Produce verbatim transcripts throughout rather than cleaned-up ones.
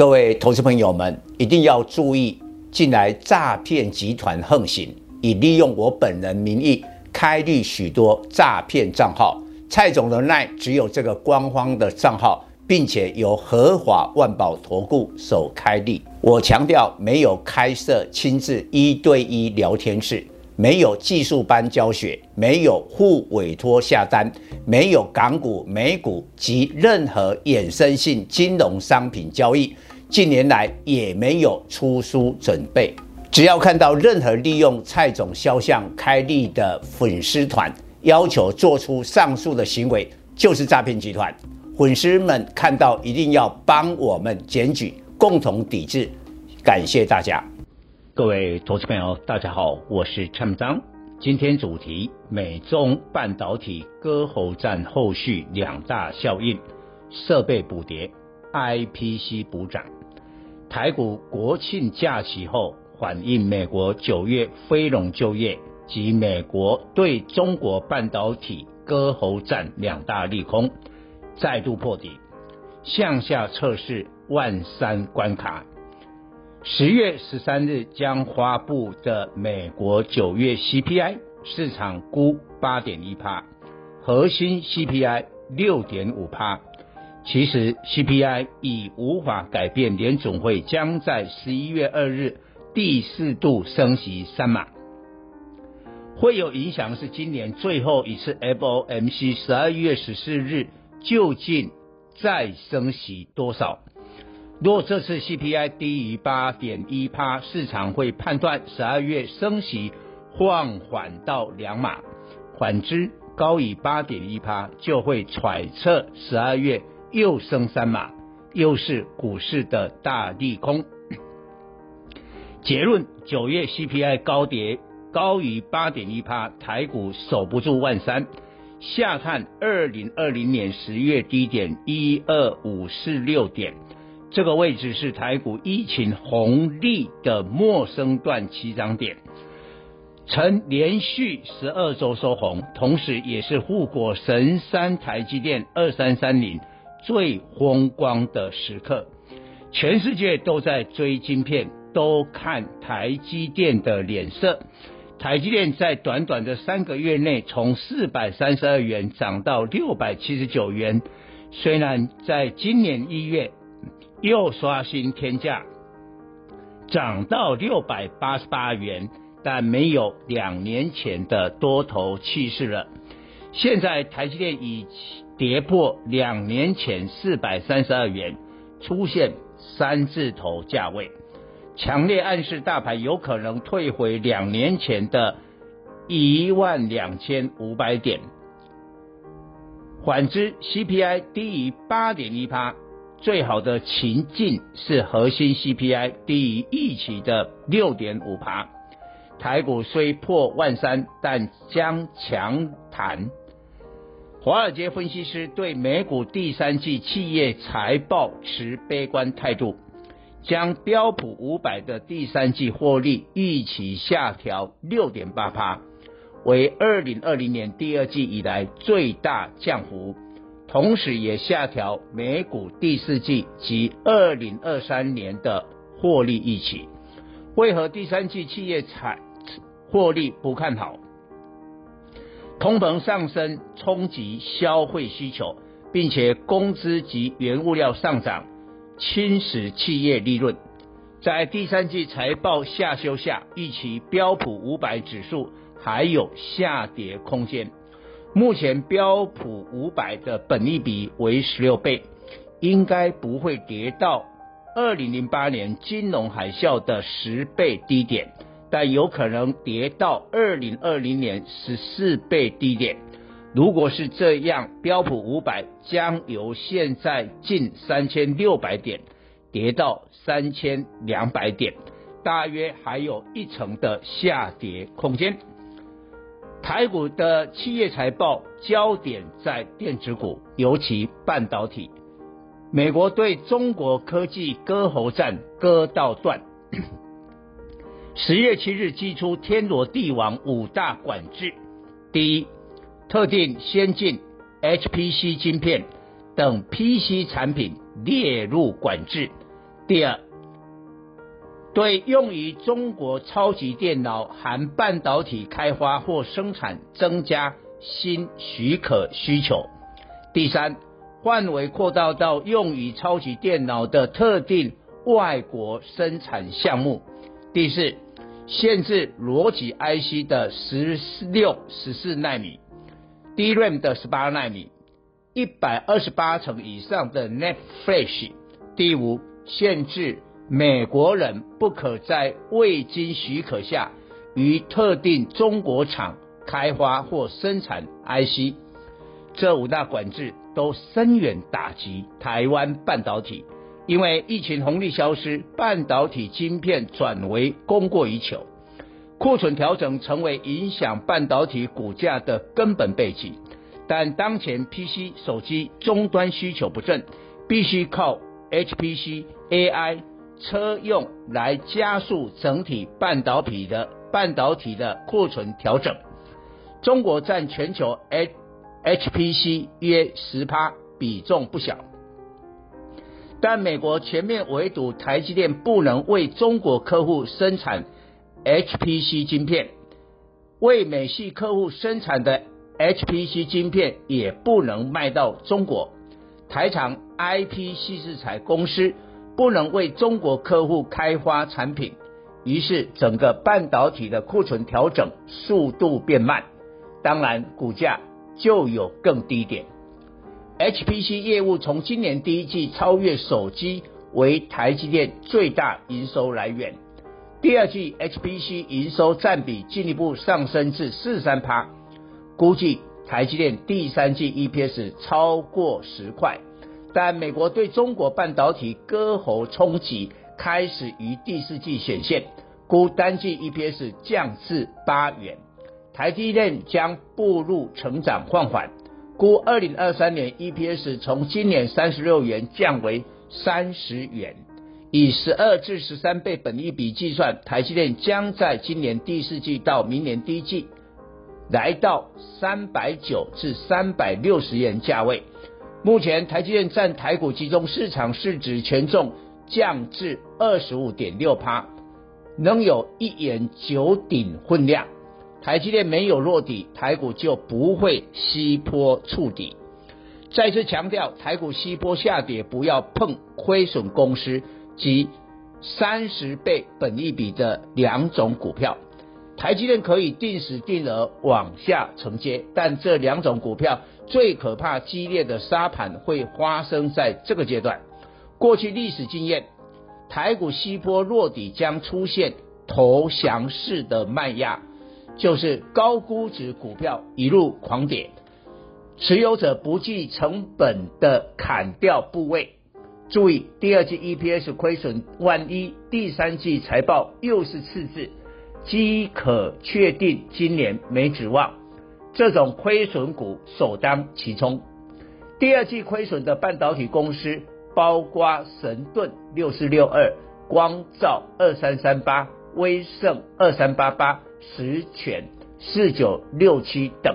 各位投资朋友们一定要注意，近来诈骗集团横行，已利用我本人名义开立许多诈骗账号。蔡总的 LINE 只有这个官方的账号，并且由合法万宝投顾所开立。我强调，没有开设亲自一对一聊天室，没有技术班教学，没有互委托下单，没有港股、美股及任何衍生性金融商品交易。近年来也没有出书准备。只要看到任何利用蔡总肖像开立的粉丝团，要求做出上述的行为，就是诈骗集团。粉丝们看到一定要帮我们检举，共同抵制。感谢大家。 各位投资朋友，大家好，我是陈章。今天主题：美中半导体割喉战后续两大效应，设备补跌 ，I P C 补涨。台股国庆假期后，反映美国九月非农就业及美国对中国半导体割喉战两大利空，再度破底，向下测试万三关卡。十月十三日将发布的美国九月 C P I 市场估 八点一 核心 C P I 六点五。其实 C P I 已无法改变联准会将在十一月二日第四度升息三码。会有影响是今年最后一次 F O M C 十二月十四日究竟再升息多少。若这次 C P I 低于 八点一 市场会判断十二月升息放缓到两码，反之高于 八点一 就会揣测十二月又升三码，又是股市的大利空。结论，九月 C P I 高跌高于 八点一 台股守不住万三，下探二零二零年十月低点一二五四六点，这个位置是台股疫情红利的末升段起涨点，曾连续十二周收红，同时也是护国神山台积电二三三零最风光的时刻。全世界都在追晶片，都看台积电的脸色。台积电在短短的三个月内从四百三十二元涨到六百七十九元，虽然在今年一月又刷新天价，涨到六百八十八元，但没有两年前的多头气势了。现在台积电已跌破两年前四百三十二元，出现三字头价位，强烈暗示大盘有可能退回两年前的一万两千五百点。反之 C P I 低于 八点一 最好的情境是核心 C P I 低于预期的 六点五。台股虽破万三，但将强弹。华尔街分析师对美股第三季企业财报持悲观态度，将标普五百的第三季获利预期下调 六点八， 为二零二零年第二季以来最大降幅，同时也下调美股第四季及二零二三年的获利预期。为何第三季企业财获利不看好？通膨上升冲击消费需求，并且工资及原物料上涨侵蚀企业利润。在第三季财报下修下，预期标普五百指数还有下跌空间。目前标普五百的本益比为十六倍，应该不会跌到二零零八年金融海啸的十倍低点，但有可能跌到二零二零年十四倍低点。如果是这样，标普五百将由现在近三千六百点跌到三千两百点，大约还有一成的下跌空间。台股的企业财报焦点在电子股，尤其半导体。美国对中国科技割喉战割到断。十月七日祭出天罗地网五大管制。第一，特定先进 H P C 晶片等 P C 产品列入管制。 第二，对用于中国超级电脑含半导体开发或生产增加新许可需求。第三，范围扩大到用于超级电脑的特定外国生产项目。第四，限制逻辑 I C 的十六、十四奈米 ，D R A M 的十八奈米，一百二十八层以上的 N A N D Flash。第五，限制美国人不可在未经许可下于特定中国厂开发或生产 I C。这五大管制都深远打击台湾半导体，因为疫情红利消失，半导体晶片转为供过于求，库存调整成为影响半导体股价的根本背景。但当前 P C 手机终端需求不振，必须靠 H P C、A I、车用来加速整体半导体的半导体的库存调整。中国占全球 H P C 约 百分之十， 比重不小。但美国全面围堵台积电不能为中国客户生产 H P C 晶片，为美系客户生产的 H P C 晶片也不能卖到中国。台厂 I P 矽智财公司不能为中国客户开发产品，于是整个半导体的库存调整速度变慢，当然股价就有更低点。 H P C 业务从今年第一季超越手机为台积电最大营收来源，第二季 H P C 营收占比进一步上升至 百分之四十三， 估计台积电第三季 E P S 超过十块。但美国对中国半导体割喉冲击开始于第四季显现，估单季 E P S 降至八元，台积电将步入成长放缓，估二零二三年 E P S 从今年三十六元降为三十元，以十二至十三倍本益比计算，台积电将在今年第四季到明年第一季来到三百九至三百六十元价位。目前台积电占台股集中市场市值权重降至 二十五点六， 能有一元九鼎分量。台积电没有落底，台股就不会西坡触底。再次强调，台股西坡下跌不要碰亏损公司及三十倍本益比的两种股票。台积电可以定时定额往下承接，但这两种股票最可怕激烈的杀盘会发生在这个阶段。过去历史经验，台股西坡落底将出现投降式的卖压，就是高估值股票一路狂跌，持有者不计成本的砍掉部位。注意，第二季 E P S 亏损，万一第三季财报又是赤字，即可确定今年没指望，这种亏损股首当其冲。第二季亏损的半导体公司包括神盾六四六二、光罩二三三八、威盛二三八八、实权四九六七等。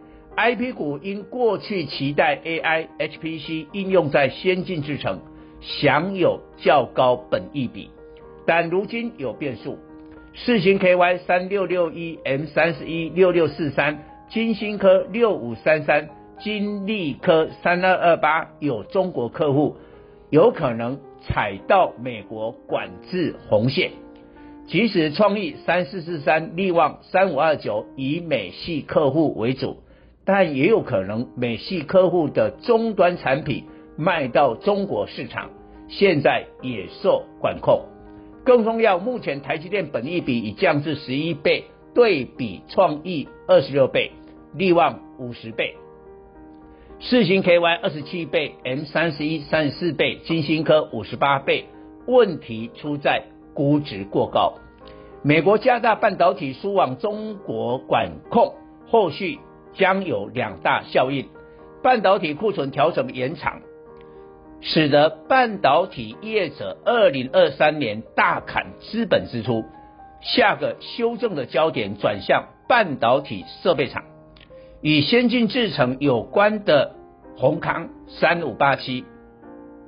I P 股因过去期待 A I、H P C 应用在先进制程，享有较高本益比，但如今有变数。世芯 K Y 三六六一、M 三十一、六六四三、金星科六五三三、金利科三二二八有中国客户，有可能踩到美国管制红线。即使创意三四四三、力旺三五二九以美系客户为主，但也有可能美系客户的终端产品卖到中国市场，现在也受管控。更重要，目前台积电本益比已降至十一倍，对比创意二十六倍，力旺五十倍，世芯 K Y 二十七倍， M 三十一 三十四倍，金星科五十八倍。问题出在估值过高。美国加大半导体输往中国管控，后续将有两大效应：半导体库存调整延长，使得半导体业者二零二三年大砍资本支出，下个修正的焦点转向半导体设备厂。与先进制程有关的宏康三五八七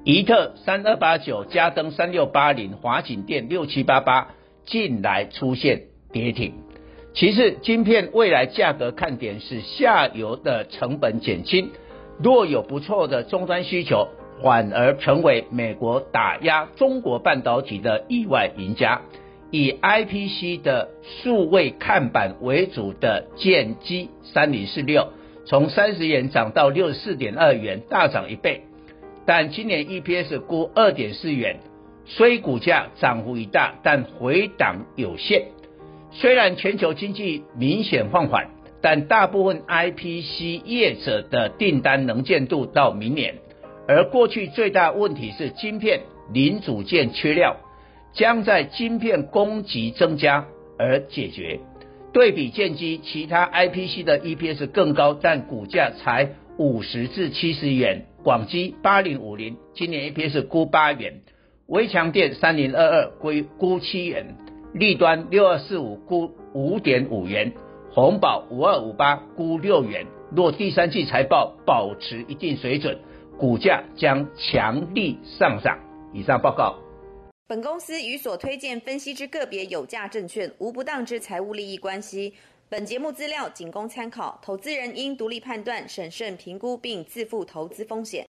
怡特三二八九、嘉登三六八零、华景电六七八八近来出现跌停。其次，晶片未来价格看点是下游的成本减轻，若有不错的终端需求，反而成为美国打压中国半导体的意外赢家。以 I P C 的数位看板为主的建机三零四六，从三十元涨到六十四点二元，大涨一倍。但今年 E P S 估 二点四元，虽股价涨幅已大，但回档有限。虽然全球经济明显放缓，但大部分 I P C 业者的订单能见度到明年。而过去最大问题是晶片零组件缺料，将在晶片供给增加而解决。对比建机，其他 I P C 的 E P S 更高，但股价才五十至七十元。广基八零五零今年 E P S 估八元，微强电三零二二估七元，立端六二四五估 五点五元，鸿宝五二五八估六元。若第三季财报保持一定水准，股价将强力上涨。以上报告。 本公司与所推荐分析之个别有价证券无不当之财务利益关系。本节目资料仅供参考，投资人应独立判断、审慎评估并自负投资风险。